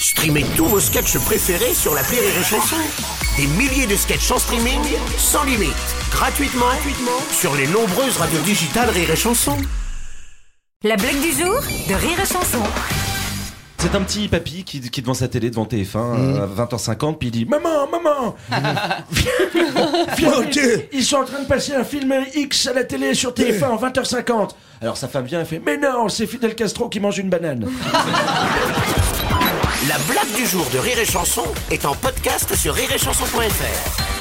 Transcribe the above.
Streamez tous vos sketchs préférés sur l'appli Rire et Chanson. Des milliers de sketchs en streaming, sans limite, gratuitement sur les nombreuses radios digitales Rire et Chanson. La blague du jour de Rire et Chanson. C'est un petit papy qui est devant sa télé, devant TF1, à 20h50, puis il dit « Maman, viens, ils sont en train de passer un film X à la télé sur TF1 à 20h50. » Alors sa femme vient et fait « Mais non, c'est Fidel Castro qui mange une banane. » La blague du jour de Rire et Chanson est en podcast sur rireetchanson.fr.